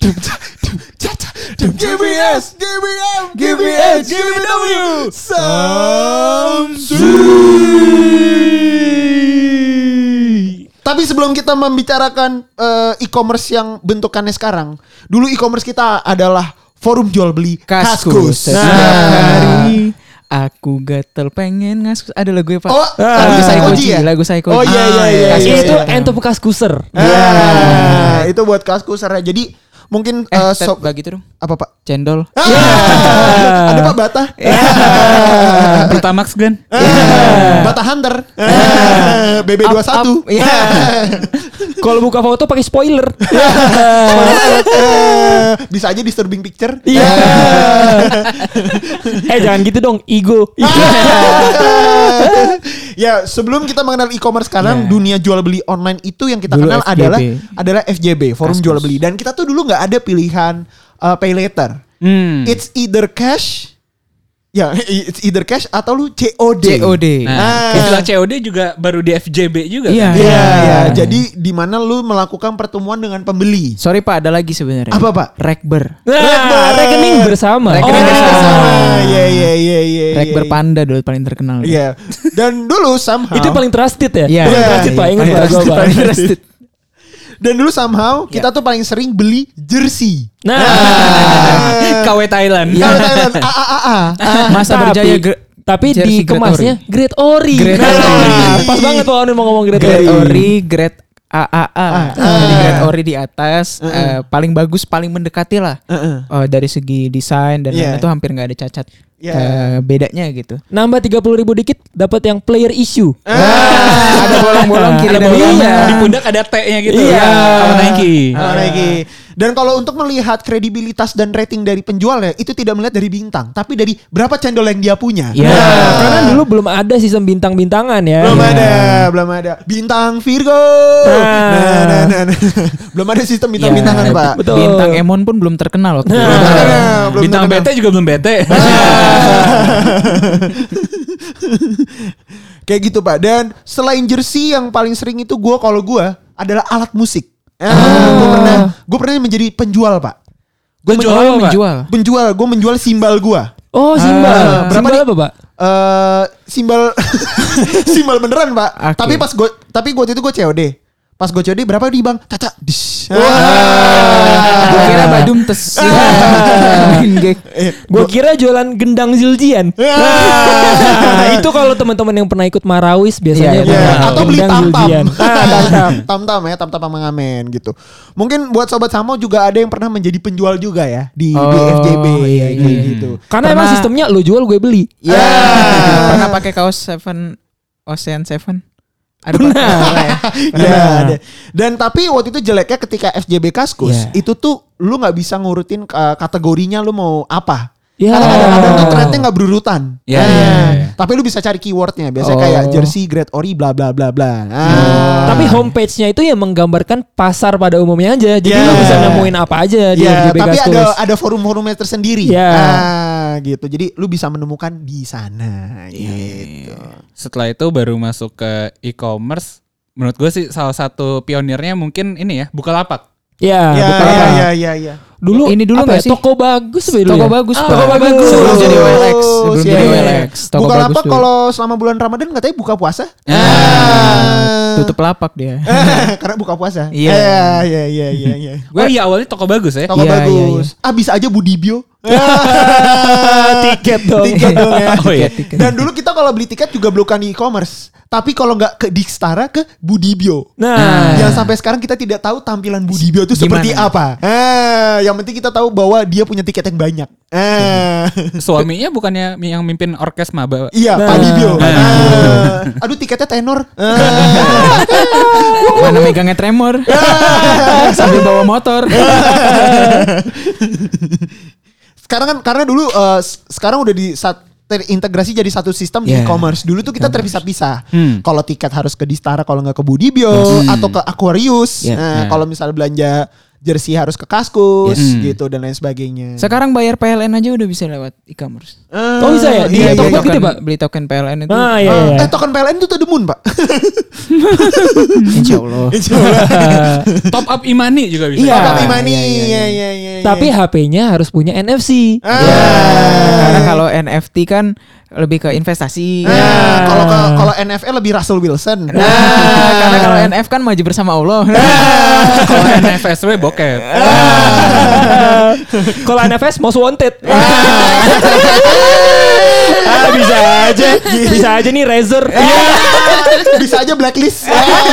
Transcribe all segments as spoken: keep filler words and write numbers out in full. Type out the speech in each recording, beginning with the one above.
G B S, G B M, G B H, G B W, Samsung. Tapi sebelum kita membicarakan uh, e-commerce yang bentukannya sekarang, dulu e-commerce kita adalah forum jual beli Kaskus. Setiap hari aku gatel pengen ngaskus. Ada lagu ya Pak? Oh, lagu Saikoji ya? Lagu Saikoji. Oh iya iya iya. Kaskus iya, itu iya. ento kaskuser. Ah, itu buat Kaskuser ya. Jadi mungkin Eh, uh, so, so, bagi itu dong. apa Pak? Cendol. Ah, ada Pak Bata. Pertamax kan? Ah, Bata Hunter. Ah, B B dua puluh satu. Up, up. Iya. Kalau buka foto pakai spoiler. Eh, bisa aja disturbing picture. Iya. Eh jangan gitu dong, ego. Ya, sebelum kita mengenal e-commerce sekarang, Ya. dunia jual beli online itu yang kita Dulu kenal F J B. adalah adalah F J B, forum Kaskus. jual beli. Dan kita tuh dulu nggak ada pilihan uh, pay later. Hmm. It's either cash, ya it's either cash atau lu C O D. C O D. Nah, Ah. istilah C O D juga baru di F J B juga. Iya. kan? Iya, Ah. ya. Jadi di mana lu melakukan pertemuan dengan pembeli. Sorry Pak, ada lagi sebenarnya. Apa, Pak? Rekber. Nah, rekening bersama. Rekening Oh, bersama. Iya iya iya iya. Rekber iya. Panda dulu paling terkenal. Iya. Dan dulu somehow Itu paling trusted ya? Iya. Paling Iya, trusted iya. Pak, ingat Paling Pak, gua trusted, Pak. paling trusted. Dan dulu somehow kita tuh paling sering beli jersey. Nah, K W Thailand. Kalau Thailand A A A A. Masa Tapi- berjaya gre- tapi jersey dikemasnya Great Ori. Great Nah, Ori. pas banget Pak Anu mau ngomong Great Great Ori. Ori, Great A A A. Ah. Jadi Great Ori di atas, eh, paling bagus, paling mendekati lah. Heeh. Oh, dari segi desain dan Iya. lain-lain itu hampir nggak ada cacat. Iya. Eh, bedanya gitu. Nambah tiga puluh ribu dikit dapat yang player issue. ada bolong-bolong kiri Ada dan bolong, kanan. di pundak ada T-nya gitu. Iya. Kalau Nike. Ah, Nike. Dan kalau untuk melihat kredibilitas dan rating dari penjualnya, itu tidak melihat dari bintang, tapi dari berapa cendol yang dia punya. Iya. Nah, karena dulu belum ada sistem bintang-bintangan ya. Belum Nah. ada, belum ada. Bintang Virgo. Nah. Nah, nah, nah, nah. Belum ada sistem bintang-bintangan, Iya, Pak. betul. Bintang Emon pun belum terkenal waktu itu. Belum terkenal, belum Bintang terkenal. bete juga belum bete. Kayak gitu, Pak. Dan selain jersey yang paling sering itu gue kalau gue adalah alat musik. Ah, gue pernah gue pernah menjadi penjual, Pak. Gue Penjual menjual, apa, Pak? menjual. penjual, gue menjual simbal gue. Oh, simbal. Ah, berapa simbal nih? apa, Pak? Eh, simbal simbal beneran, Pak. Oke. Tapi pas gue tapi gue itu gue C O D. Pas gue C O D berapa nih, Bang? Caca. Dish. Gue kira Badum tes. Main gag. Gue kira jualan gendang Ziljian. Nah, itu kalau teman-teman yang pernah ikut Marawis Iya, biasanya Ya, punya atau beli gendang tam-tam. Ziljian. Ah, tam-tam. Tam-tam ya, tam-tam pengamen gitu. Mungkin buat sobat Samo juga ada yang pernah menjadi penjual juga ya di, di Oh, F J B iya, kayak iya. gitu. Karena emang Pernah- sistemnya lo jual gue beli. Ya. Ah. Pernah pakai kaos Seven Ocean Seven? Ada Pak? Ya, ada. Dan tapi waktu itu jeleknya ketika F J B Kaskus Iya. itu tuh lu nggak bisa ngurutin uh, kategorinya lu mau apa. Ya. Karena kadang-kadang tuh trendnya nggak berurutan. Iya, Nah, iya, iya. Tapi lu bisa cari keywordnya. Biasanya Oh. kayak jersey, Great Ori, bla bla bla bla. Ah. Tapi homepage-nya itu yang menggambarkan pasar pada umumnya aja. Jadi Yeah. lo bisa nemuin apa aja di Ya, F J B tapi Kaskus. ada ada forum-forumnya tersendiri. Ya. Ah, gitu. Jadi lu bisa menemukan di sana gitu. Setelah itu baru masuk ke e-commerce. Menurut gue sih salah satu pionirnya mungkin ini ya, Bukalapak. Ya, Ya, bukan ya, apa. ya, ya, ya. Dulu Ini dulu apa nggak ya? sih? Toko bagus apa ya dulu Toko ya? bagus, Ah, Pak. Toko bagus. Sebelum jadi O L X, sebelum Iya, jadi iya. O L X. Toko Bukalapak bagus dulu. kalau selama bulan Ramadan katanya buka puasa. Ah. Tutup lapak dia. Karena buka puasa. Iya. Iya, iya, iya, iya. Oh iya, awalnya toko bagus ya. Toko Iya, bagus. Ah, bisa aja Budibio. Tiket dong. Tiket dong ya. Oh iya. Tiket. Dan dulu kita kalau beli tiket juga bukan di e-commerce. Tapi kalau nggak ke Dixtara ke Budibio. Nah, Yang sampai sekarang kita tidak tahu tampilan Budibio itu Gimana? seperti apa. Eh, yang penting kita tahu bahwa dia punya tiket yang banyak. Eh, Suaminya bukannya yang mimpin orkes maba. iya, Nah. Pak Dibio. Eh, aduh, tiketnya tenor. Eh, Mana megangnya tremor. Sambil bawa motor. sekarang kan karena dulu eh, s- sekarang udah di saat terintegrasi jadi satu sistem di Yeah. e-commerce. Dulu tuh kita terpisah-pisah. Hmm. Kalau tiket harus ke Distara, kalau nggak ke Budibio Yes. atau ke Aquarius. Yeah. Nah, Yeah. kalau misalnya belanja jersey harus ke Kaskus Yes. gitu dan lain sebagainya. Sekarang bayar P L N aja udah bisa lewat e-commerce. Eh, Oh bisa ya? Di Iya, iya, Tokped iya. gitu Pak? Beli token P L N itu. Ah iya iya. Eh token P L N itu tuh The Moon, Pak. Insya Allah. Top up e-money juga bisa. Iya. Top up Imani. iya, iya, Iya iya iya. Tapi H P-nya harus punya N F C. Ah. Ya, karena kalau N F T kan lebih ke investasi. Nah, kalau ke- kalau N F L lebih Russell Wilson. Nah, karena kalau N F kan maju bersama Allah. Kalau N F S W bokep. Kalau N F S most wanted. Ah bisa aja, bisa aja nih Razer. Bisa aja blacklist.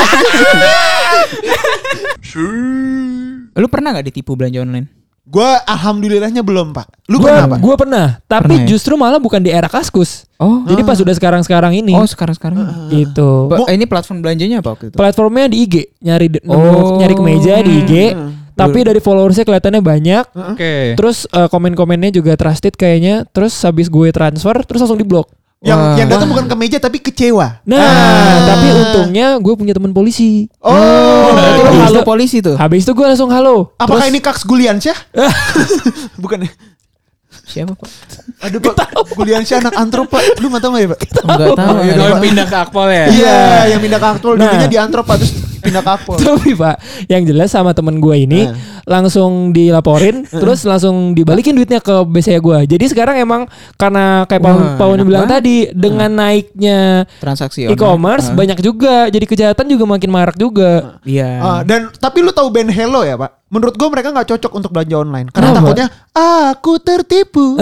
Lu pernah nggak ditipu belanja online? Gue alhamdulillahnya belum, Pak. Lu Gua, pernah, Pak? gua pernah, tapi Pernah ya? justru malah bukan di era Kaskus. Oh, Jadi pas udah sekarang-sekarang ini, oh sekarang sekarang. gitu. Ba- ini platform belanjanya apa waktu itu? Platformnya di I G, nyari de- Oh. nyari kemeja di I G, tapi dari followersnya kelihatannya banyak. Oke. Terus eh, komen-komennya juga trusted kayaknya. Terus habis gue transfer, terus langsung diblok. Yang Wah. yang datang bukan ke meja tapi kecewa. Nah, Ah. tapi untungnya gue punya teman polisi. Oh. Berarti lu Habis halo itu- polisi tuh. Habis itu gue langsung halo. Apakah Terus- ini Kaks Guliansyah? Bukan ya? Siapa, Pak? Aduh Pak, Guliansyah anak antrop Pak. Lu nggak tahu nggak ya Pak? Enggak tahu. Oh, iya, ada Oh, Pak. pindah ke Akpol ya. Iya, yang pindah ke Akpol. Nah. Dulunya di antrop Pak, terus pindah ke Akpol. Tapi Pak, yang jelas sama temen gue ini Nah. langsung dilaporin, terus langsung dibalikin duitnya ke B C A gue. Jadi sekarang emang karena kayak Pak Wah, Pawan enak bilang banget. tadi, dengan naiknya Transaksi online. e-commerce Ah. banyak juga, jadi kejahatan juga makin marak juga. Iya. Ah, dan tapi lu tahu band Hello ya Pak? Menurut gue mereka nggak cocok untuk belanja online karena Kenapa? takutnya aku tertipu.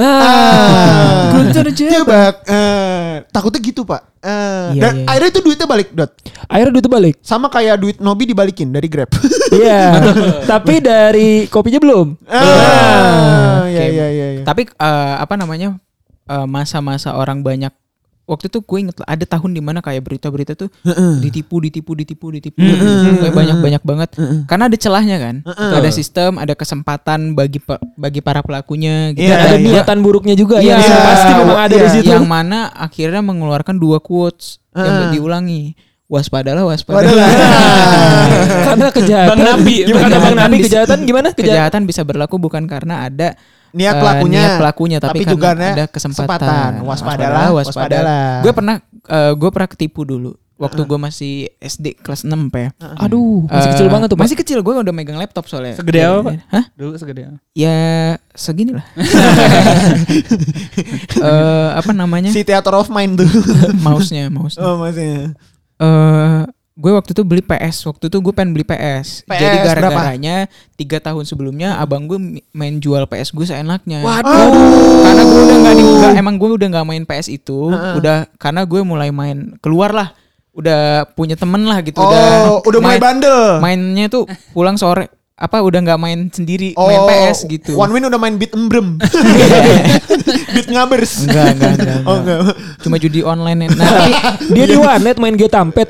Ah. Aku terjebak. Ah, takutnya gitu Pak. Ah, Iya, dan iya. akhirnya itu duitnya balik Dot. Akhirnya duitnya balik. Sama kayak duit Nobi dibalikin dari Grab. Iya. Tapi dari kopinya belum. Ah, Oke. iya iya iya. iya. Tapi eh, apa namanya? eh, masa-masa orang banyak waktu itu gue inget lah, ada tahun dimana kayak berita-berita tuh ditipu ditipu ditipu ditipu kayak banyak-banyak banget karena ada celahnya kan. Ada sistem, ada kesempatan bagi pe- bagi para pelakunya gitu. Iya, ada iya. niatan buruknya juga Iya, yang iya. pasti memang ada di Iya. situ. Yang mana akhirnya mengeluarkan dua quotes yang Heeh. diulangi. Waspadalah, waspadalah. Waduh. Karena kejahatan. Bang Nabi. Gimana Bang Nabi bisa- kejahatan gimana? Kejahatan. Kejahatan bisa berlaku bukan karena ada Niat eh, pelakunya. niat pelakunya tapi, Tapi juga karena ada ada kesempatan. kesempatan. Waspadalah, waspadalah. Gue pernah eh, gue pernah ketipu dulu waktu gue masih S D kelas enam Pak ya. Aduh, masih Eh, kecil banget tuh, Pak. Masih kecil, gue udah megang laptop soalnya. Segede apa, Pak? Hah? Dulu segede apa? Ya segini lah. Eh, apa namanya? Si Theater of Mind tuh. Mouse-nya, mouse. Oh, maksudnya. Eh, gue waktu itu beli P S. Waktu itu gue pengen beli P S. P S Jadi berapa? gara-garanya tiga tahun sebelumnya abang gue mi- main jual P S gue seenaknya. Waduh. Karena gue udah nggak di nggak- emang gue udah nggak main P S itu. Udah karena gue mulai main keluar lah. Udah punya temen lah gitu. Oh, udah mulai main- bandel. Mainnya tuh pulang sore. Apa udah nggak main sendiri, Oh, main P S gitu. One Win udah main beat embrem. Beat ngabers. Enggak, enggak, enggak, Oh, enggak. enggak. Cuma judi online. Nah, tapi Dia di warnet main G Tampet.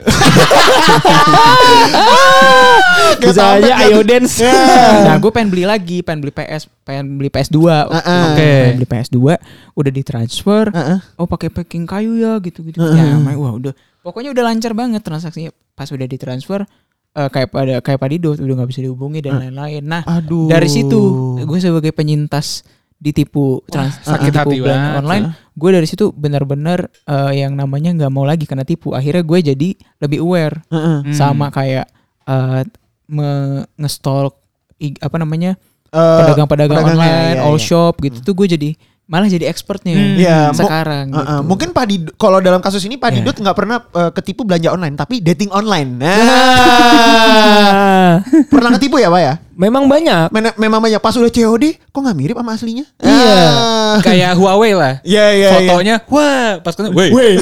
Bisa Tampet aja kan. Ayo Dance. nah gue pengen beli lagi, pengen beli P S, pengen beli P S dua. Uh-uh. Oke. Pengen beli P S dua, udah ditransfer. Uh-uh. Oh, pakai packing kayu ya gitu-gitu. Uh-uh. Ya, main- wah udah. Pokoknya udah lancar banget transaksinya. Pas udah ditransfer eh, kayak pada kayak Padido udah nggak bisa dihubungi dan lain-lain. Nah, Aduh. dari situ gue sebagai penyintas ditipu trans sakit ditipu hati belanja banget. online, gue dari situ benar-benar eh, yang namanya nggak mau lagi kena tipu. Akhirnya gue jadi lebih aware Uh-uh. Hmm. sama kayak eh me- nge-stalk i- apa namanya Eh, pedagang-pedagang pedagangnya, online, iya, all iya. shop gitu tuh gue jadi malah jadi expertnya Hmm. Iya, mu- sekarang. Uh-uh. gitu. Mungkin Pak Didut, kalau dalam kasus ini Pak Ya. Didut nggak pernah uh, ketipu belanja online, tapi dating online. Nah, Ah, pernah ketipu ya Pak ya? memang banyak. Men- memang banyak. Pas udah C O D, kok nggak mirip sama aslinya? Iya. Ah. Kayak Huawei lah. Iya iya. Fotonya, wah, pas kena, woi. Weh.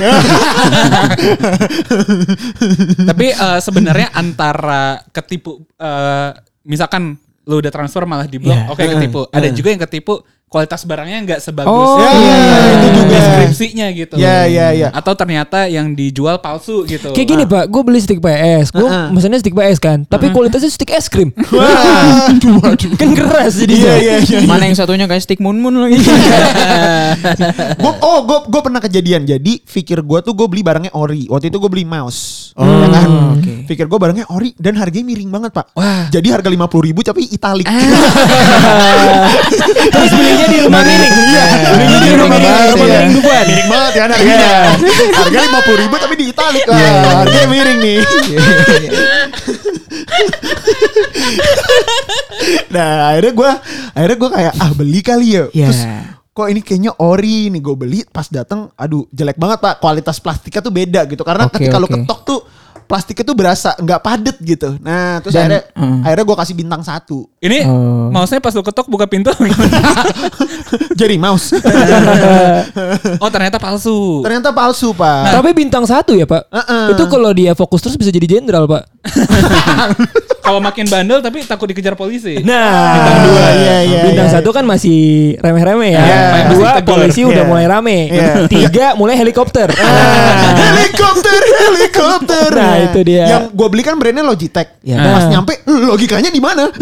Tapi eh, sebenarnya antara ketipu, eh, misalkan lu udah transfer malah di blok, Iya. oke ketipu. Ada juga yang ketipu kualitas barangnya nggak sebagus Oh, Ya, iya, iya, itu juga. deskripsinya gitu. Iya iya iya. Atau ternyata yang dijual palsu gitu. Kayak gini Pak, gue beli stick P S, gue Uh-uh. mesennya stick P S kan, tapi kualitasnya stick es krim. Waduh, waduh. Kan keras jadi. Iya iya iya. Mana yang satunya kayak stick mun mun lagi. Gua, oh, gue gue pernah kejadian. Jadi pikir gue tuh gue beli barangnya ori. Waktu itu gue beli mouse. Oh, ya kan? oke. Pikir gue barangnya ori dan harganya miring banget Pak. Wah. Jadi harga lima puluh ribu tapi italik. Terus belinya belinya di rumah miring. Iya. Belinya di rumah miring. Rumah miring Dufan. Miring banget ya harganya. Harga lima puluh ribu tapi di Italik lah. Harganya miring nih. Nah akhirnya gue akhirnya gue kayak ah beli kali ya. Yeah. Terus kok ini kayaknya ori nih, gue beli pas datang, aduh jelek banget pak, kualitas plastiknya tuh beda gitu karena Oke, ketika lu oke. ketok tuh plastiknya tuh berasa nggak padet gitu. Nah terus Dan, akhirnya uh. akhirnya gue kasih bintang satu. Ini Oh. mouse-nya pas lu ketok buka pintu gimana? Jadi mouse. Oh ternyata palsu. Ternyata palsu pak. Tapi bintang satu ya Pak. Uh-uh. Itu kalau dia fokus terus bisa jadi jenderal Pak. Kalau makin bandel tapi takut dikejar polisi. Nah, Bintang dua, iya, iya, bintang iya. satu kan masih remeh-remeh ya. Iya. Dua Masih tegur. polisi udah Iya. mulai rame. Iya. Tiga mulai helikopter. Helikopter, helikopter. Nah, itu dia. Yang gue beli kan brandnya Logitech. Ya. Pas Nah. nyampe, "Eh, logikanya di mana?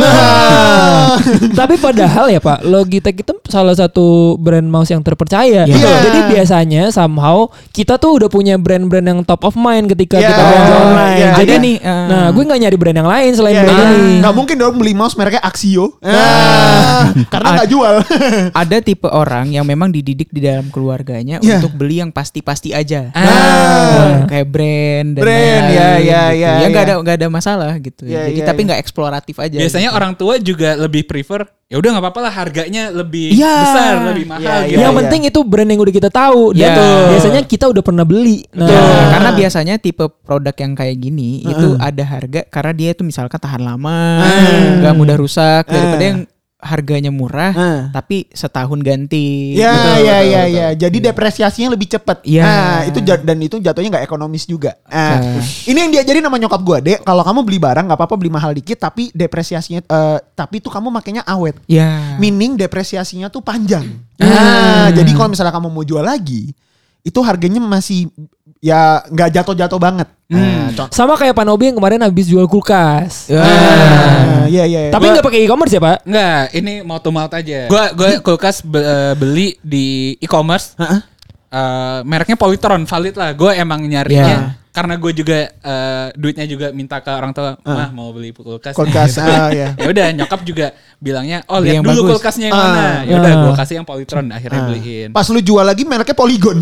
Tapi padahal ya Pak, Logitech itu salah satu brand mouse yang terpercaya. Iya. Jadi biasanya somehow kita tuh udah punya brand-brand yang top of mind ketika Iya. kita belanja online. Iya. Jadi Ada nih, nih, uh, nah gue nggak nyari brand yang lain selain Iya, brand iya. ini. Nggak mungkin dong beli mouse mereknya Axio. Ah, karena nggak jual. ada tipe orang yang memang dididik di dalam keluarganya Yeah. untuk beli yang pasti-pasti aja. Ah. Nah, kayak brand dan Brand, lain-lain ya, ya, gitu. ya, ya nggak ya. ada nggak ada masalah gitu. Ya, Jadi ya, tapi ya. nggak eksploratif aja. Biasanya gitu. orang tua juga lebih prefer ya udah nggak apa-apa lah harganya lebih Iya. besar, lebih mahal Iya, gitu. yang iya. penting itu brand yang udah kita tahu dan Iya. biasanya kita udah pernah beli. Nah, Ya, karena biasanya tipe produk yang kayak gini itu ada harga karena dia tuh misalkan tahan lama, nggak mudah rusak daripada yang harganya murah Ah. tapi setahun ganti. Ya, Betul, ya, betul, ya, betul. ya. Jadi depresiasinya lebih cepat. Iya. Nah, itu jat- dan itu jatuhnya nggak ekonomis juga. Nah, Nah. ini yang diajarin sama nyokap gue, Dek. Kalau kamu beli barang nggak apa-apa beli mahal dikit, tapi depresiasinya, eh, tapi itu kamu makainya awet. Ya. Meaning depresiasinya tuh panjang. Ah. Nah, jadi kalau misalnya kamu mau jual lagi, itu harganya masih ya nggak jatuh-jatuh banget. Nah, contoh. sama kayak Pak Nobi yang kemarin habis jual kulkas. Ya. Nah, iya, iya. Tapi nggak pakai e-commerce ya Pak? Enggak, ini mau to mouth aja. Gua gua kulkas be- eh, beli di e-commerce. Heeh. Eh, mereknya Polytron, valid lah. Gue emang nyarinya Ya. karena gue juga eh, duitnya juga minta ke orang tua, mah mau beli kulkas. Kulkas, ah, ya. Ya udah nyokap juga bilangnya, oh Beli lihat yang dulu bagus. kulkasnya yang Ah, mana. Ya udah ah. gue kasih yang Polytron, akhirnya beliin. Pas lu jual lagi mereknya Polygon.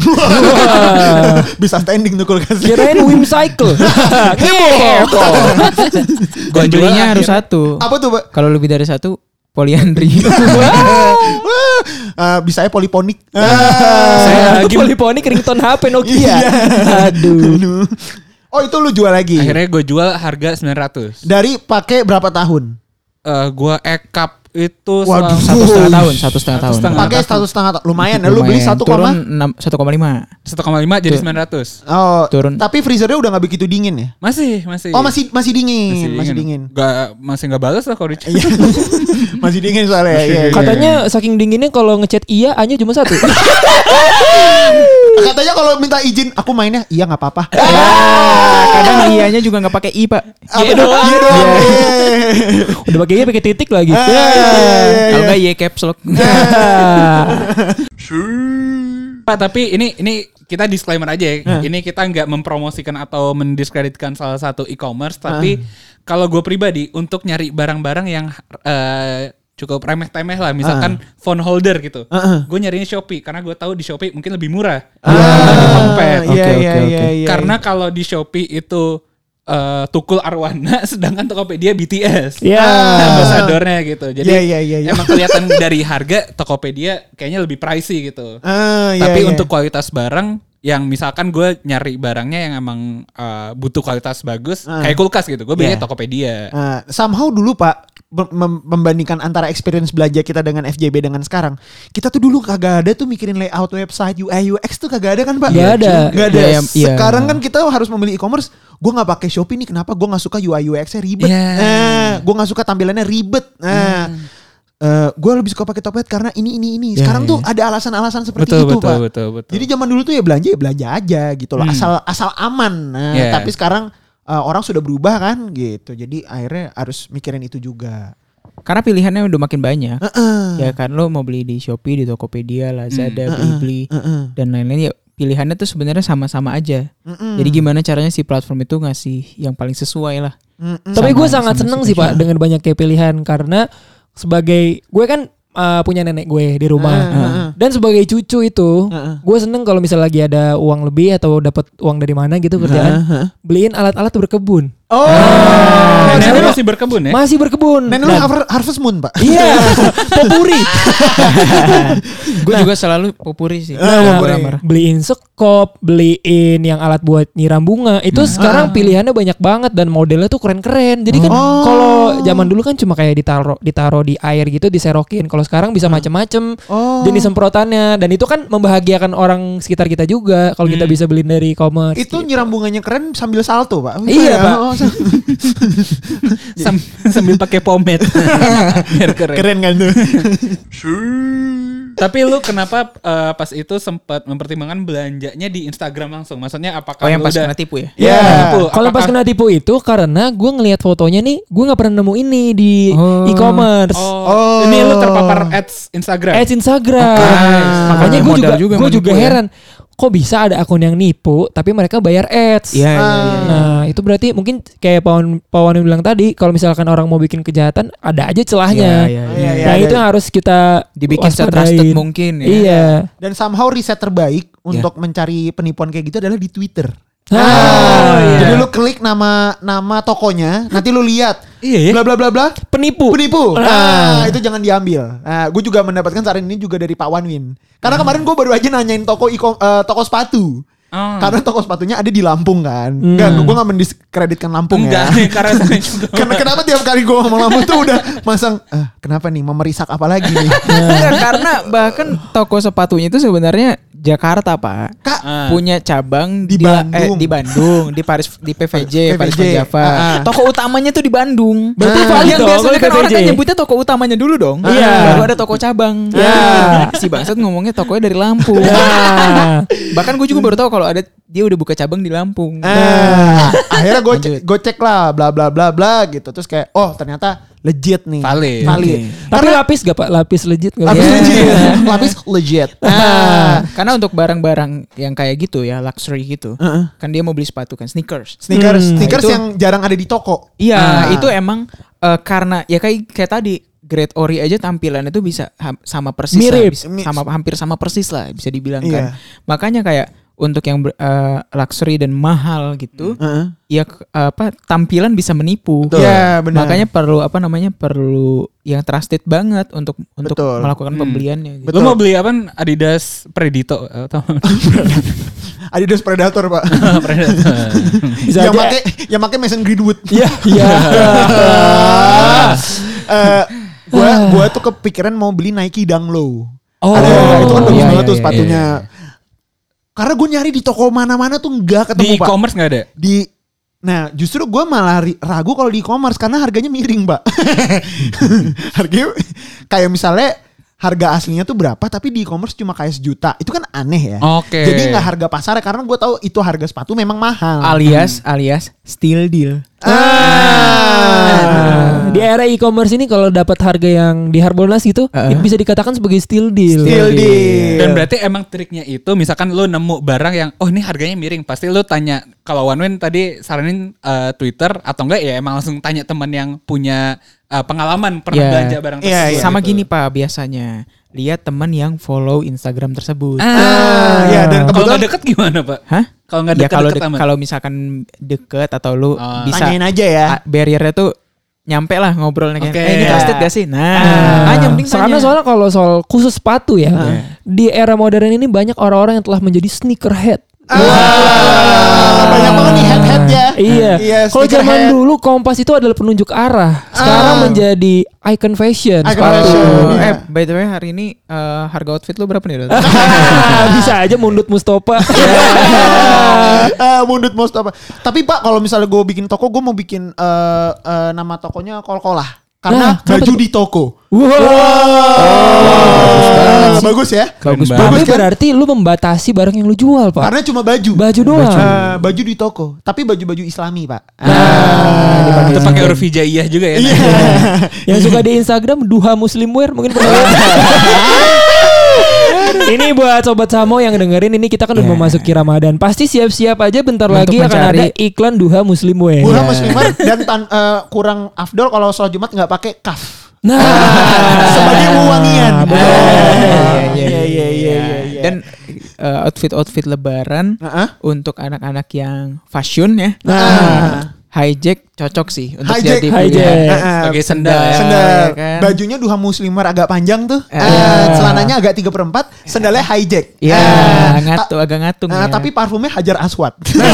Bisa standing tuh kulkasnya. Kirain Whimcycle. Gua Dan jual belinya akhirnya- harus satu. Apa tuh, Pak? Kalau lebih dari satu poliandri. Wah, eh, bisa ya poliponik. Saya lagi- Polyphonic ringtone H P Nokia. Aduh. Oh, itu lu jual lagi. Akhirnya gue jual harga sembilan ratus. Dari pakai berapa tahun? Eh gue ekap itu Waduh. selama satu setengah tahun, satu setengah tahun. setengah. Pakai satu setengah tahun. Lumayan ya. Lu beli Lumayan. satu Turun koma. enam satu koma lima. satu koma lima jadi sembilan ratus. Oh, Turun. Tapi freezernya udah nggak begitu dingin ya? Masih, masih. Oh, masih masih dingin, masih dingin. Gak, masih gak balas lah kalau di chat. Iya. Masih dingin soalnya. Iya, iya. Katanya saking dinginnya kalau ngechat iya A-nya cuma satu. Katanya kalau minta izin aku mainnya iya nggak apa-apa. Kadang ianya juga nggak pakai i pak. Apa doang? Iya doang. Udah pakai iya pakai titik lagi. Kalau nggak y caps lock. Pak, tapi ini ini kita disclaimer aja ya. Ini kita nggak mempromosikan atau mendiskreditkan salah satu e-commerce, tapi kalau gue pribadi untuk nyari barang-barang yang eh, cukup remeh-temeh lah, misalkan phone holder gitu. Gue nyarinya Shopee karena gue tahu di Shopee mungkin lebih murah. Ketimbang di Tokped. Iya, Oke, iya, oke, iya, oke. iya. Karena kalau di Shopee itu eh, Tukul Arwana, sedangkan Tokopedia B T S. Ya. Ambasadornya gitu. Jadi Iya, iya, iya, iya. emang kelihatan dari harga Tokopedia kayaknya lebih pricey gitu. Ah, iya, Tapi iya. untuk kualitas barang yang misalkan gue nyari barangnya yang emang uh, butuh kualitas bagus, Ah. kayak kulkas gitu, gue belinya Yeah. Tokopedia. Nah, somehow dulu Pak mem- mem- membandingkan antara experience belanja kita dengan F J B dengan sekarang, kita tuh dulu kagak ada tuh mikirin layout website, U I U X tuh kagak ada kan Pak? Nggak ada. Nggak ada. Iya, iya, iya. Sekarang kan kita harus membeli e-commerce. Gue nggak pakai Shopee nih, kenapa? Gue nggak suka U I U X-nya ribet. Iya. Nah, gue nggak suka tampilannya ribet. Nah, gue lebih suka pakai Tokped karena ini ini ini. Sekarang Ya, tuh ya. ada alasan-alasan seperti Betul, itu betul, Pak. betul, betul. Jadi zaman dulu tuh ya belanja ya belanja aja gitu loh, Hmm. asal asal aman. Nah, Yeah. tapi sekarang uh, orang sudah berubah kan gitu. Jadi akhirnya harus mikirin itu juga. Karena pilihannya udah makin banyak. Heeh. Ya kan lo mau beli di Shopee, di Tokopedia, Lazada, Blibli Heeh. dan lain-lain ya pilihannya tuh sebenarnya sama-sama aja. Mm-mm. Jadi gimana caranya si platform itu ngasih yang paling sesuai lah. Mm-mm. Tapi Sama- gue sangat sama seneng si sih Pak dengan banyaknya pilihan karena sebagai gue kan uh, punya nenek gue di rumah. Uh, uh, uh. Dan sebagai cucu itu, Uh, uh. gue seneng kalau misalnya lagi ada uang lebih atau dapat uang dari mana gitu kerjaan, Uh, uh. beliin alat-alat berkebun. Oh, Nenek nenek lu lu, masih berkebun ya? Masih berkebun. nenek lu Dan- Har- Harvest Moon, Pak. Iya, popuri. Gue juga selalu popuri sih. Nah, Gambar-gambar. beliin sekop, beliin yang alat buat nyiram bunga. Itu sekarang pilihannya banyak banget dan modelnya tuh keren-keren. Jadi kan Oh. kalau zaman dulu kan cuma kayak ditaro ditaro di air gitu, diserokin. Kalau sekarang bisa macem-macem Oh. jenis semprotannya dan itu kan membahagiakan orang sekitar kita juga kalau kita bisa beliin dari e-commerce. Itu gitu. nyiram bunganya keren sambil salto, Pak. Iya, Pak. Oh, Sam- sambil pakai pomade. Biar keren. keren kan tuh. Tapi lu kenapa eh, pas itu sempat mempertimbangkan belanjanya di Instagram langsung? Maksudnya apakah Oh yang lu pas udah kena tipu ya? Ya. tipu? Kalau pas Apakah- kena tipu itu karena gue ngelihat fotonya nih, gue nggak pernah nemu ini di Oh. e-commerce. Oh, Oh. ini lu terpapar ads Instagram. Ads Instagram. Okay. Makanya gue Modal juga, juga gue menipu juga ya. heran. Kok bisa ada akun yang nipu tapi mereka bayar ads? Iya, iya, iya. Nah itu berarti mungkin kayak Pawan Pawan yang bilang tadi, kalau misalkan orang mau bikin kejahatan ada aja celahnya. Iya, iya, iya. Nah Iya, itu iya. yang harus kita Dibikin waspadain. se-trusted mungkin ya. Iya. Dan somehow riset terbaik untuk mencari penipuan kayak gitu adalah di Twitter. Ah, iya. Jadi lu klik nama nama tokonya, nanti lu lihat Iya ya. bla bla bla bla Penipu. penipu. Ah. Nah, itu jangan diambil. Nah, gue juga mendapatkan saran ini juga dari Pak Wanwin. Karena kemarin gue baru aja nanyain toko iko, eh, toko sepatu. Oh. Karena toko sepatunya ada di Lampung kan. Enggak, gue gak mendiskreditkan Lampung Enggak, ya. karena saya juga. Karena kenapa tiap kali gue ngomong Lampung tuh udah masang, eh, kenapa nih memerisak apa lagi nih? Enggak, karena bahkan toko sepatunya itu sebenarnya Jakarta, Pak. Kak, Ah. Punya cabang Di la- Bandung. eh, di Bandung, di Paris, di P V J, Paris P V J. Java. Ah, ah. Toko utamanya tuh di Bandung. Berarti Ah. valid Yang dong, biasanya kalau kan di orang P V J. kan nyebutnya toko utamanya dulu dong. Iya. Baru ada toko cabang. Iya. Si Bangsat ngomongnya tokonya dari Lampung. Nah, Bahkan gue juga baru tahu kalau ada dia udah buka cabang di Lampung. Ah, akhirnya gue Lanjut. cek, gue cek lah bla bla bla bla gitu. Terus kayak oh ternyata legit nih. Valid. Valid. tapi lapis gak Pak? Lapis legit gak? Lapis Iya. legit. Lapis legit. Nah, karena untuk barang-barang yang kayak gitu ya, luxury gitu. Heeh. Kan dia mau beli sepatu kan, sneakers. Sneakers, Hmm. sneakers Nah, itu- yang jarang ada di toko. Iya, Ah. itu emang eh, karena ya kayak kayak tadi Great Ori aja tampilannya tuh bisa ham- sama persis Mirip. lah, bisa sama hampir sama persis lah bisa dibilang Iya. kan. Makanya kayak untuk yang ber- eh, luxury dan mahal gitu, Heeh. ya ke- apa tampilan bisa menipu. Betul. Iya, benar. Makanya perlu apa namanya perlu yang trusted banget untuk untuk Betul. melakukan Hmm. pembeliannya. Gitu. Betul. Lu mau beli apa? Adidas Predator atau Adidas Predator, Pak. Predator? Bisa yang aja. pakai yang pakai Mason Greenwood. Iya, iya. Eh, gua gua tuh kepikiran mau beli Nike Dunk Low. Oh, Ada, itu kan bagus iya, banget iya, tuh iya, sepatunya. Karena gue nyari di toko mana-mana tuh enggak Di ketemu, Pak. e-commerce nggak ada? Di Nah, justru gue malah ri- ragu kalau di e-commerce karena harganya miring, Pak. Harganya kayak misalnya harga aslinya tuh berapa tapi di e-commerce cuma kayak sejuta. Itu kan aneh ya. Oke. Jadi nggak harga pasar karena gue tahu itu harga sepatu memang mahal. Alias alias steal deal. Nah, di era e-commerce ini kalau dapat harga yang diharmonis gitu, Uh-uh. itu bisa dikatakan sebagai steal deal. Steal deal. Dan berarti emang triknya itu misalkan lu nemu barang yang oh ini harganya miring, pasti lu tanya kalau Wanwin tadi saranin eh, Twitter atau enggak ya emang langsung tanya teman yang punya eh, pengalaman pernah Ya. belanja barang Iya, tersebut. iya. Sama gitu. gini Pak biasanya. Lihat teman yang follow Instagram tersebut. Ah, ya dan Kalau kebetulan nggak deket gimana Pak? Hah? Kalau nggak Ya deket kalau deket de- amat. kalau misalkan deket atau lu Oh. bisa tanyain aja ya. ah, barriernya tuh nyampe lah ngobrolnya kayak Oke. eh ini trusted gak sih? Nah, Nah, aja mending karena tanya. soalnya kalau soal khusus sepatu ya, di era modern ini banyak orang-orang yang telah menjadi sneakerhead. Ah, banyak banget nih head-head ya. Iya. Iya, Kalau zaman sneakerhead. dulu Kompas itu adalah penunjuk arah. Sekarang Ah. menjadi icon fashion. Icon sepatu. fashion. Oh, Iya. eh by the way hari ini eh, harga outfit lu berapa nih? Dot? Bisa aja mundut Mustafa. Ah, mundut most apa. Tapi Pak kalau misalnya gue bikin toko gue mau bikin eh, eh, nama tokonya Kol-Kolah. Karena Nah, kenapa baju tuh? di toko. Wow. Ah, bagus ya. Bagus Tapi Bagus kan? berarti lu membatasi barang yang lu jual, Pak. Karena cuma baju. Baju doang. Eh, baju di toko. Tapi baju-baju Islami, Pak. Nah, itu pakai huruf hijaiyah juga ya. Iya. yang suka di Instagram Duha Muslim Wear mungkin pernah lihat. Ini buat sobat Samo yang dengerin ini kita kan udah Yeah. memasuki Ramadan. Pasti siap-siap aja bentar Untuk lagi akan mencari- ada iklan Duha Muslim Wear. Bulan Iya. muslimah dan tan- eh, kurang afdol kalau sholat Jumat nggak pakai kaf. Nah, sebagai wewangian. betul. Iya iya iya iya. Dan uh, outfit-outfit lebaran Heeh. untuk anak-anak yang fashion ya. Nah, Hijack cocok sih untuk Hijack, jadi hijack. pilihan. Heeh. Sebagai sendal ya. Sendal, ya kan? bajunya duha muslimar agak panjang tuh, Eh. Eh, celananya agak tiga per empat, sendalnya hijack. Iya, Eh, ngatu agak ngatung Nah, ya. tapi parfumnya Hajar Aswad.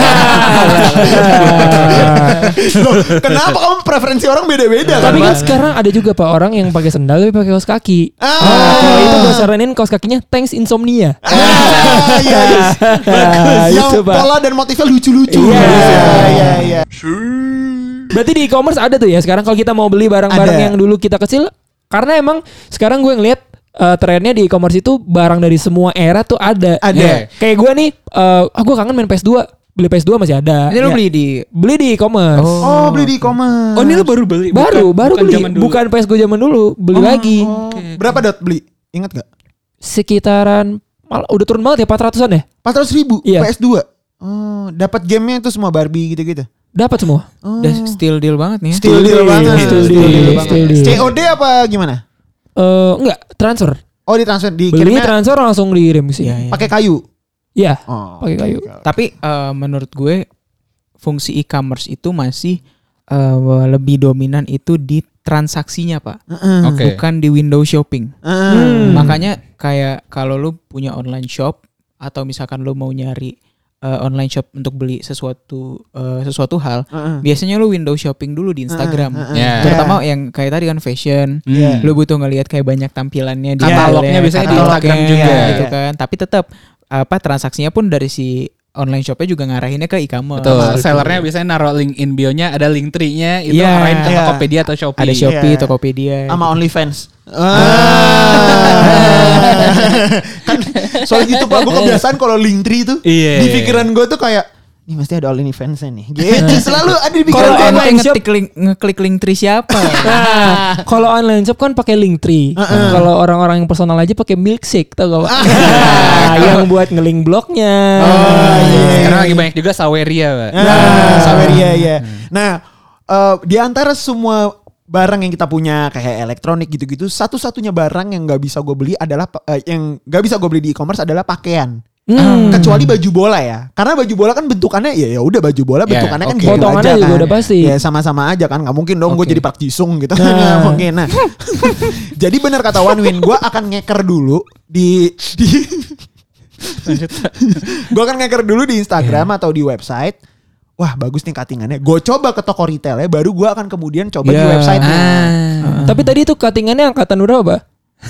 Loh, kenapa kamu preferensi orang beda-beda? Tapi kan Pak? sekarang ada juga Pak orang yang pakai sendal tapi pakai kaos kaki. Ah. Nah, kalau itu gue saranin kaos kakinya Thanks Insomnia. Ah, iya, iya. Ah, Yang itu, Pak. pola dan motifnya lucu-lucu. Iya. iya, iya. Berarti di e-commerce ada tuh ya sekarang kalau kita mau beli barang-barang Ada. yang dulu kita kecil, karena emang sekarang gue ngeliat eh, trennya di e-commerce itu barang dari semua era tuh ada. Ada. Ya. Kayak gue nih, eh ah gue kangen main P S dua. Beli P S dua masih ada. Ini lo Ya. beli di Beli di e-commerce. Oh, beli di e-commerce. Oh ini lu baru beli? Baru, Bukan- baru bukan beli. zaman dulu. Bukan P S gue zaman dulu, beli lagi. Oh, berapa dot beli? Ingat gak? Sekitaran malah udah turun banget ya empat ratusan ya? empat ratus ribu Iya. P S dua. Oh, dapat gamenya itu semua Barbie gitu-gitu. Dapat semua. Oh. udah steal deal banget nih. Still deal banget. Still Still deal, deal still banget. deal. C O D apa gimana? Eh enggak, transfer. Oh, ditransfer Beli dikirimnya transfer langsung dikirim ke Iya, sini. iya. pakai kayu. Iya. Oh, Pakai kayu. Tapi eh, menurut gue fungsi e-commerce itu masih eh, lebih dominan itu di transaksinya, Pak. Heeh. Oke. Bukan di window shopping. Heeh. Hmm. Makanya kayak kalau lu punya online shop atau misalkan lu mau nyari eh, online shop untuk beli sesuatu eh, sesuatu hal, Heeh. biasanya lu window shopping dulu di Instagram. Heeh, heeh. heeh. Terutama yang kayak tadi kan fashion. Hmm. Lu butuh ngelihat kayak banyak tampilannya di Katalognya dalamnya, biasanya di katalognya, Instagram juga. gitu kan. Tapi tetap apa transaksinya pun dari si online shopnya juga ngarahinnya ke e-commerce. Betul. Betul. Sellernya biasanya naruh link in bio-nya, ada link tree-nya, itu Iya. arahin ke Iya. Tokopedia atau Shopee. Ada Shopee, Iya. Tokopedia. Sama gitu. OnlyFans. Kan soalnya gitu Pak, gue kebiasaan kalau Linktree itu Iya. di pikiran gue tuh kayak ini masti ada OnlyFans-nya nih. Gitu selalu ada di pikiran Kalau gue. Kalau online ente shop- ngetik link, ngeklik link tree siapa? Nah, kalau online shop kan pakai Linktree. Kalau orang-orang yang personal aja pakai Milkshake tau gak Pak? Nah, yang buat ngelink blognya. Oh, iya. Sekarang lagi banyak juga Saweria, Pak. Nah, Saweria ya. Nah, eh, di antara semua barang yang kita punya kayak elektronik gitu-gitu, satu-satunya barang yang nggak bisa gue beli adalah eh, yang nggak bisa gue beli di e-commerce adalah pakaian. Hmm. Kecuali baju bola ya, karena baju bola kan bentukannya ya ya udah baju bola Ya, bentukannya kan oke. gitu Potongannya aja juga kan. udah pasti. Ya sama-sama aja kan, nggak mungkin dong gue Oke. jadi Park Ji-sung gitu kan, nggak mungkin. Nah, jadi benar kata One Win, gue akan ngeker dulu di di gue akan ngeker dulu di Instagram atau di website. Wah bagus nih cuttingannya. Gue coba ke toko retail ya, baru gue akan kemudian coba di Ya. websitenya. Ah. Tapi tadi itu cuttingannya angkatan berapa?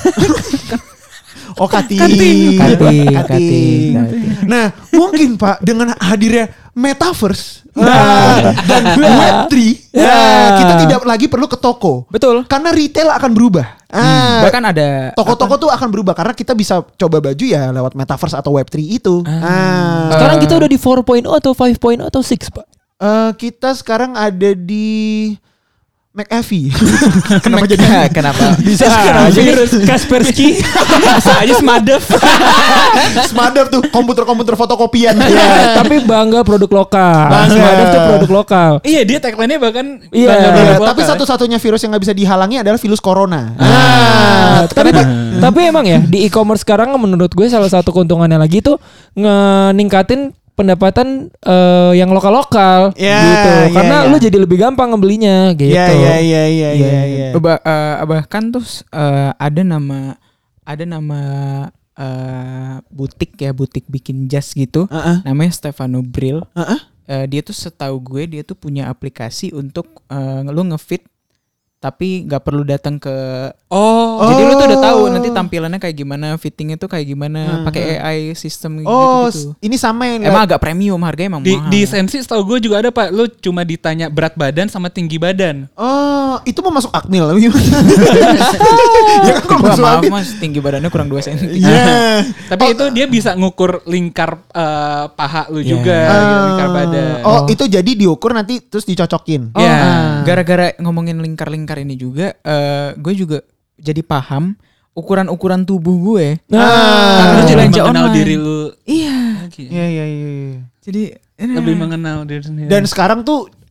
Oh cutting. Cutting, Cutting. cutting. Nah mungkin Pak dengan hadirnya metaverse nah, dan web tiga, nah, kita tidak lagi perlu ke toko. Betul. Karena retail akan berubah. Ah, Bahkan ada toko-toko tuh akan berubah karena kita bisa coba baju ya lewat metaverse atau web tiga itu. Ah. Sekarang kita udah di empat titik nol atau lima titik nol atau enam Pak? Eh, kita sekarang ada di McAfee. Kenapa jadi kenapa? bisa Ah, jadi Kaspersky. Masa aja Smadef. Smadaf tuh komputer-komputer fotokopian. Ya, tapi bangga produk lokal. Bangga. Smadaf tuh produk lokal. Iya, dia tagline-nya bahkan Iya. bangga Iya, produk tapi lokal. satu-satunya virus yang nggak bisa dihalangi adalah virus corona. Ah, tapi tapi emang ya di e-commerce sekarang menurut gue salah satu keuntungannya lagi tuh ngeningkatin pendapatan eh, yang lokal-lokal Ya, gitu. ya, Karena ya. lu jadi lebih gampang ngebelinya gitu. Iya iya iya iya iya. iya. Bah- eh, bahkan tuh eh, ada nama ada nama eh, butik ya, butik bikin jas gitu. Heeh. Namanya Stefano Brill. Heeh. Eh, dia tuh setahu gue dia tuh punya aplikasi untuk eh, lu ngefit tapi nggak perlu datang ke. Oh. Jadi lu tuh udah tahu nanti tampilannya kayak gimana, fittingnya tuh kayak gimana, pakai A I sistem Oh, gitu. ini sama yang Emang agak premium, harganya emang Di, mahal. di Sensi setahu gue juga ada Pak, lu cuma ditanya berat badan sama tinggi badan. Oh, itu mau masuk akmil apa gimana? Ya kan kalau Wah, masuk maaf akmil. mas, tinggi badannya kurang dua sentimeter. Iya. Tapi itu dia bisa ngukur lingkar eh, paha lu Iya. juga, gitu, lingkar badan. Oh, itu jadi diukur nanti terus dicocokin. Oh, Ya. gara-gara ngomongin lingkar-lingkar ini juga, eh, gue juga jadi paham ukuran-ukuran tubuh gue. Nah, Karena Lu jadi belanja mengenal online. diri lu Iya. lagi. Iya iya iya. iya. Jadi Lebih mengenal diri sendiri. Dan sekarang tuh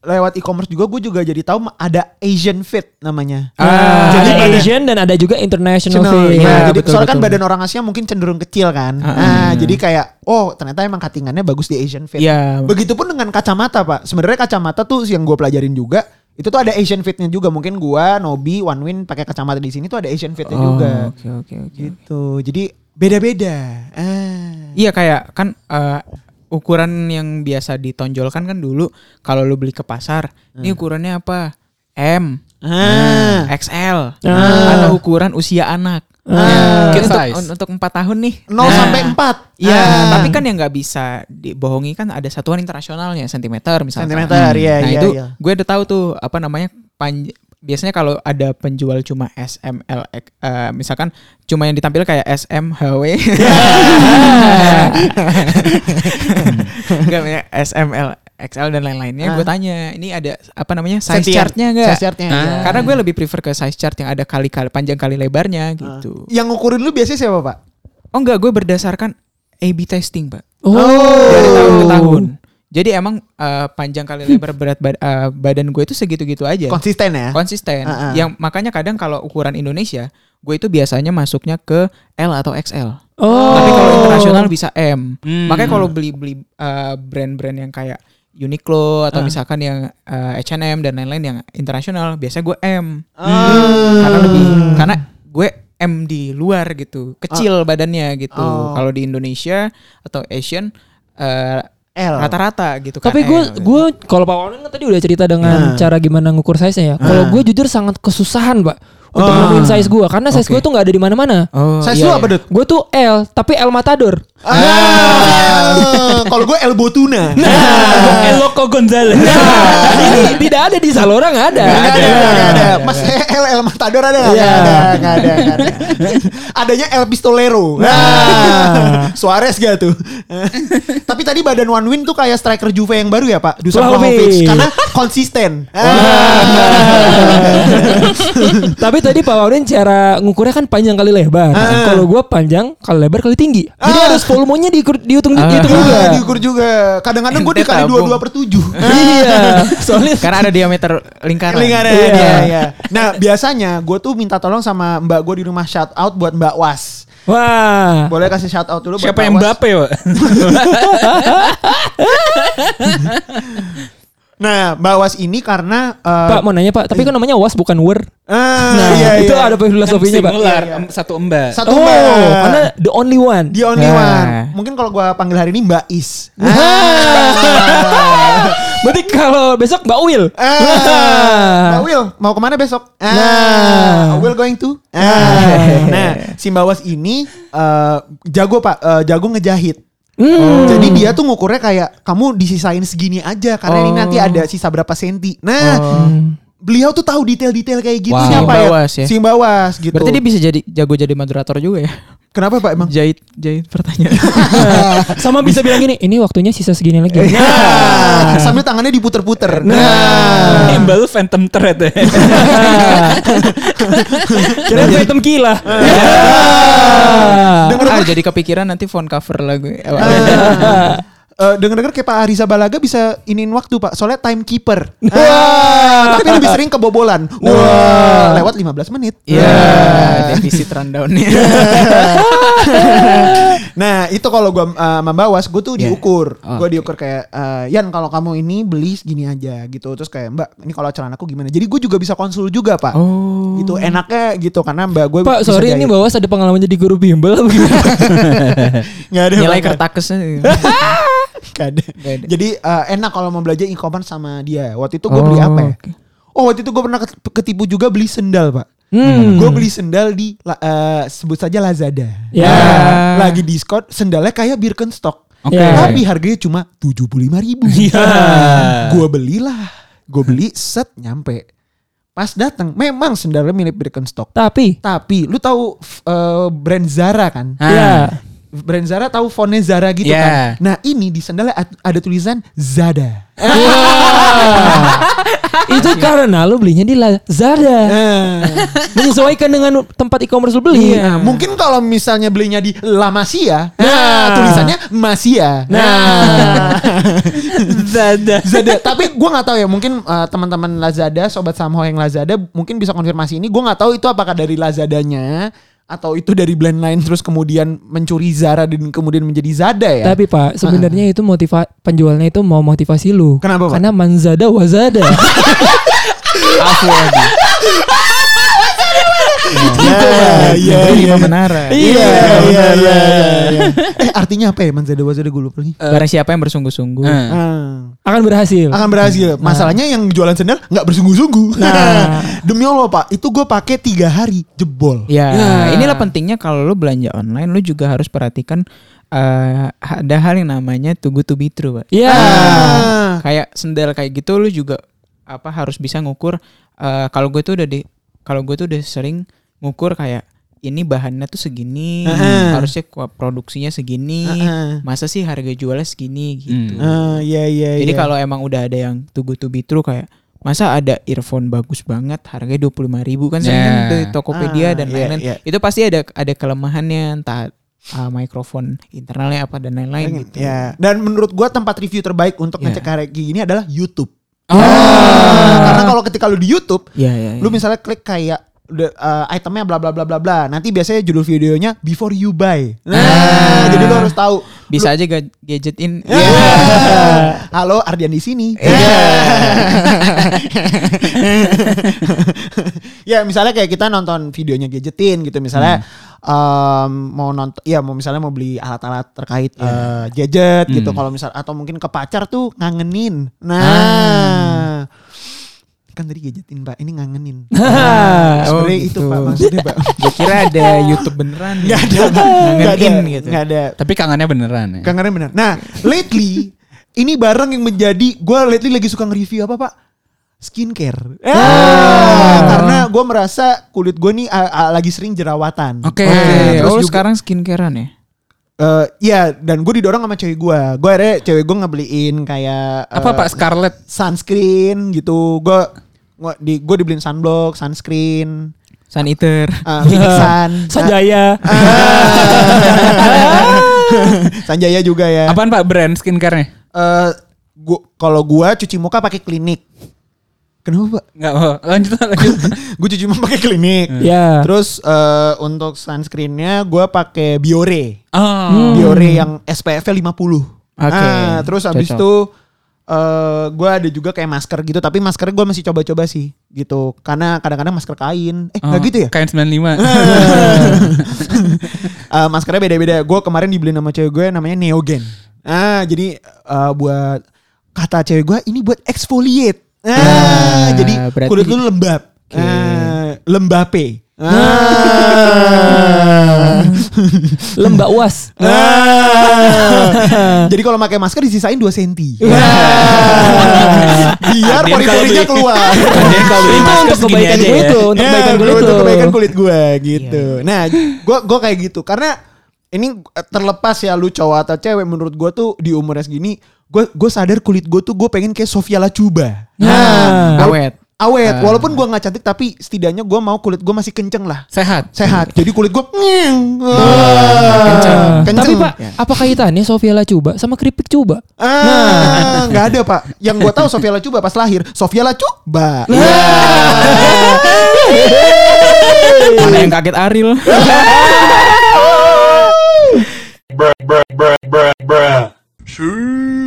lewat e-commerce juga gue juga jadi tahu ada Asian Fit namanya. Ah, Jadi ada badan- Asian dan ada juga international Channel, fit. iya. Ya, jadi betul, soalnya kan betul. badan orang Asia mungkin cenderung kecil kan. Ah, Nah, jadi kayak oh ternyata emang cuttingannya bagus di Asian Fit. Iya. Begitupun dengan kacamata pak. Sebenarnya kacamata tuh yang gue pelajarin juga. Itu tuh ada Asian Fitnya juga. Mungkin gue, Nobi, One Win pakai kacamata di sini tuh ada Asian Fitnya Oh, juga. Oke oke oke. Gitu. Jadi beda-beda. Ah. Iya kayak kan eh, ukuran yang biasa ditonjolkan kan dulu kalau lu beli ke pasar, ini ukurannya apa? M, Ah. X L, Ah. atau ukuran usia anak. Ah. Kid untuk, size. untuk empat tahun nih. nol Nah, sampai empat. Iya, Ah. tapi kan yang nggak bisa dibohongi kan ada satuan internasionalnya sentimeter misalnya. Sentimeter, iya, Nah iya, itu iya. gue udah tahu tuh apa namanya panj- biasanya kalau ada penjual cuma S M L X, eh, misalkan cuma yang ditampil kayak S M H W, nggak ya S M L X L dan lain-lainnya. Ah. Gue tanya, ini ada apa namanya size Sentian. chartnya nggak? Size chartnya, Ah. iya. Karena gue lebih prefer ke size chart yang ada kali-kali panjang kali lebarnya gitu. Yang ngukurin lu biasanya siapa pak? Oh enggak, gue berdasarkan A B testing pak. Oh. Dari tahun ke tahun. Jadi emang eh, panjang kali lebar berat bad- eh, badan gue itu segitu-gitu aja. Konsisten ya? Konsisten. Ah, ah. Yang makanya kadang kalau ukuran Indonesia, gue itu biasanya masuknya ke L atau X L. Oh. Tapi kalau internasional bisa M. Hmm. Makanya kalau beli-beli eh, brand-brand yang kayak Uniqlo atau Ah. misalkan yang eh, H and M dan lain-lain yang internasional, biasanya gue M. Ah. Karena lebih karena gue M di luar gitu, kecil badannya gitu. Oh. Kalau di Indonesia atau Asian eh, L. rata-rata gitu kan. Tapi gue L. gue kalau Pak Wawan kan tadi udah cerita dengan Nah. cara gimana ngukur size-nya ya. Kalau gue jujur sangat kesusahan, Pak, untuk Ah. nemuin size gue karena size Oke. gue tuh nggak ada di mana-mana. Oh, Size iya, lu iya. apa Dut? Gue tuh L, tapi L Matador. Ah. Kalau gue elbow tuna. Nah. El Loco Gonzales. Ini tidak ada di Salora, nggak ada. Nggak ada, nggak ada. Mas El El Matador ada nggak? Iya. Nggak ada, nggak ada, nggak ada. Adanya El Pistolero. Nah, Suarez gak tuh? Tapi tadi badan One Win tuh kayak striker Juve yang baru ya Pak, Dusan Vlahovic. Vlahovic, karena konsisten. Tapi tadi Pak Wawan cara ngukurnya kan panjang kali lebar. Ah. Kalau gue panjang kali lebar kali tinggi. Jadi Ah. harus volumenya diukur, dihitung, Ah. dihitung juga. Ah, diukur juga. Kadang-kadang gue Ente dikali tabung. dua dua per tujuh. Iya. Soalnya Karena ada diameter lingkaran. Lingkaran. Iya. Iya, iya. Nah biasanya gue tuh minta tolong sama mbak gue di rumah, shout out buat Mbak Was. wah. Boleh kasih shout out dulu buat Siapa Mbak yang Was? Mbappe, Pak? Nah Mbak Was ini karena eh, Pak mau nanya Pak, tapi kan namanya was bukan wer. ah, Nah, iya, itu iya. ada filosofinya Pak. Singular, Iya, iya. em- satu emba. Satu Oh, Mbak. karena the only one. The only Nah. one. Mungkin kalau gua panggil hari ini Mbak Is. Berarti kalau besok Mbak Will. Ah. Mbak Will mau kemana besok? Ah. Nah. Will going to? Ah. Nah, si Mbak Was ini eh, jago Pak, eh, jago ngejahit. Hmm. Jadi dia tuh ngukurnya kayak kamu disisain segini aja karena ini Oh. nanti ada sisa berapa senti. Nah, Oh. beliau tuh tahu detail-detail kayak gitu Wow. siapa Si ya? Mbak Was ya? Si Mbak Was gitu. Berarti dia bisa jadi jago jadi moderator juga ya. Kenapa Pak emang? Jahit jahit pertanyaan. Sama bisa bilang gini, ini waktunya sisa segini lagi. Nah, sambil tangannya diputer-puter. Ini Mbak lu Phantom Thread ya. Kira Phantom Kila. Denger ah, jadi kepikiran nanti phone cover lagu. Eh, dengar-dengar kayak Pak Ariza Balaga bisa iniin waktu Pak, soalnya timekeeper. Ah, tapi lebih sering kebobolan. Wah, lewat lima belas menit. Ya, defisit rundownnya. Nah, itu kalau gua uh, sama Mbak Was, gue tuh Yeah. diukur. Oh, Gue oke. diukur kayak eh, Yan kalau kamu ini beli segini aja gitu. Terus kayak Mbak, ini kalau celanaku gimana? Jadi gue juga bisa konsul juga Pak. Oh. Gitu enaknya gitu karena Mbak gue Pak, bisa sorry jahit. ini Bawas ada pengalaman jadi guru bimbel apa gimana? Nggak ada Nilai Pak. kertakesnya. Nggak ada. Nggak ada. Jadi eh, enak kalau mau belajar e-commerce sama dia. Waktu itu gue beli Oh, apa ya? oke. Oh waktu itu gue pernah ket- ketipu juga beli sendal Pak. Hmm. Gue beli sendal di la- eh, sebut saja Lazada. Ya. Nah, lagi diskon sendalnya kayak Birkenstock. Oke. Ya. Tapi harganya cuma tujuh puluh lima ribu. Iya. Gue belilah. Gue beli set nyampe. Pas datang memang sendalnya mirip Birkenstock. Tapi Tapi lu tahu f- eh, brand Zara kan? Ah. ya. brand Zara tahu fontnya Zara gitu Yeah. kan. Nah ini di sandalnya ad- ada tulisan Zada. Itu karena lu belinya di Lazada. Menyesuaikan dengan tempat e-commerce lu beli. Nah, mungkin kalau misalnya belinya di La Masia, nah, Nah. tulisannya Masia. Nah. Zada. Zada. Tapi gue nggak tahu ya. Mungkin uh, teman-teman Lazada, sobat Samho yang Lazada, mungkin bisa konfirmasi ini. Gue nggak tahu itu apakah dari Lazadanya atau itu dari brand lain terus kemudian mencuri Zara dan kemudian menjadi Zada ya. Tapi Pak, sebenarnya itu motiva penjualnya itu mau motivasi lu. Kenapa, Pak? Karena manzada wazada. Afwan. Iya, iya, Lima menara. Iya, iya, iya. Eh artinya apa ya Manzada Wazada gue lupa lagi. Barang siapa yang bersungguh-sungguh. Eh. Ah. Akan berhasil. Akan berhasil. Masalahnya yang jualan sendal nggak bersungguh-sungguh. Nah. Demi Allah Pak, itu gue pakai tiga hari jebol. Ya, Ya. inilah pentingnya kalau lu belanja online, lu juga harus perhatikan eh, ada hal yang namanya too good to be true, Pak. Iya. Ah. Kayak sendal kayak gitu lu juga apa harus bisa ngukur eh, kalau gue tuh udah di kalau gue tuh udah sering ngukur kayak ini bahannya tuh segini, Ah. harusnya ku- produksinya segini, Ah. masa sih harga jualnya segini gitu. Hmm. Ah, iya iya. Jadi iya. kalau emang udah ada yang too good to be true kayak masa ada earphone bagus banget harganya dua puluh lima ribu kan sering kan Yeah. di Tokopedia Ah, dan iya, lain-lain. iya. Itu pasti ada ada kelemahannya entah uh, mikrofon internalnya apa dan lain-lain gitu. Ya. Dan menurut gua tempat review terbaik untuk Ya. ngecek harga gini adalah YouTube. Oh. Karena kalau ketika lu di YouTube, Iya, iya. lu misalnya klik kayak udah, uh, itemnya bla bla bla bla bla. Nanti biasanya judul videonya before you buy. Nah, jadi lu harus tahu. bisa aja ga- gadget in. Yeah. Halo Ardian di sini. Ya misalnya kayak kita nonton videonya gadgetin gitu misalnya um, mau nonton ya mau misalnya mau beli alat-alat terkait uh, gadget gitu kalau misal atau mungkin ke pacar tuh ngangenin. Nah. Kan tadi gadgetin Pak, ini ngangenin. Nah, Oh, sebenarnya gitu. itu Pak maksudnya Pak. Gue kira ada YouTube beneran. Gak ada, gak ada, Ngangenin gitu. gak ada. Tapi kangennya beneran ya. Kangennya benar. Nah, lately ini barang yang menjadi gue lately lagi suka nge-review apa Pak? Skincare. Ah, karena gue merasa kulit gue nih ah, ah, lagi sering jerawatan. Oke. Oke, terus oh lu juga- sekarang skincarean ya? Eh, iya, dan gue didorong sama cewek gue. Gue akhirnya cewek gue ngebeliin kayak Apa eh, Pak Scarlett? sunscreen gitu. Gue gue di gue dibeliin sunblock, sunscreen, Sun Eater. uh, Phoenix Sun, Sanjaya. Sanjaya juga ya. Apaan Pak brand skincare-nya? Eh, gua kalau gua cuci muka pakai klinik. Kenapa Pak? Enggak, oh, lanjut lanjut. Gue cuci muka pakai klinik. Ya. Terus eh, untuk sunscreennya gue pakai Biore, Oh. Biore yang S P F-nya lima puluh. Oke, Nah, terus abis cocok. itu eh gue ada juga kayak masker gitu, tapi maskernya gue masih coba-coba sih gitu, karena kadang-kadang masker kain, eh nggak Oh, gitu ya? Kain sembilan puluh lima. Eh, maskernya beda-beda. Gue kemarin dibeliin sama cewek gue namanya Neogen. Ah, jadi eh, buat kata cewek gue ini buat exfoliate. Ah, Ah, jadi berarti- kulit lu lembab. Oke. Ah, lembape. Ah. Lembak uas. Ah. Jadi kalau pakai masker disisain dua senti. Biar Ardian kalau pori-porinya beli- keluar. Ardian kalau beli Itu masker untuk segini kebaikan aja kulit ya. lu, untuk Ya, kebaikan kulit untuk lu. kebaikan kulit gue gitu. Nah, gue gue kayak gitu karena ini terlepas ya lu cowok atau cewek, menurut gue tuh di umurnya segini, gue gue sadar kulit gue tuh gue pengen kayak Sofia Lachuba. Nah. wala- Awet. Awet, Ah. walaupun gue nggak cantik tapi setidaknya gue mau kulit gue masih kenceng lah, Sehat. sehat. Jadi kulit gue Kenceng. kenceng. Tapi Pak, Ya. apa kaitannya Sofia Lachuba sama keripik cuba? Ah, nggak ada Pak. Yang gue tahu Sofia Lachuba pas lahir, Sofia Lachuba. Mana yang kaget Ariel? bruh, bruh, bruh, bruh, bruh.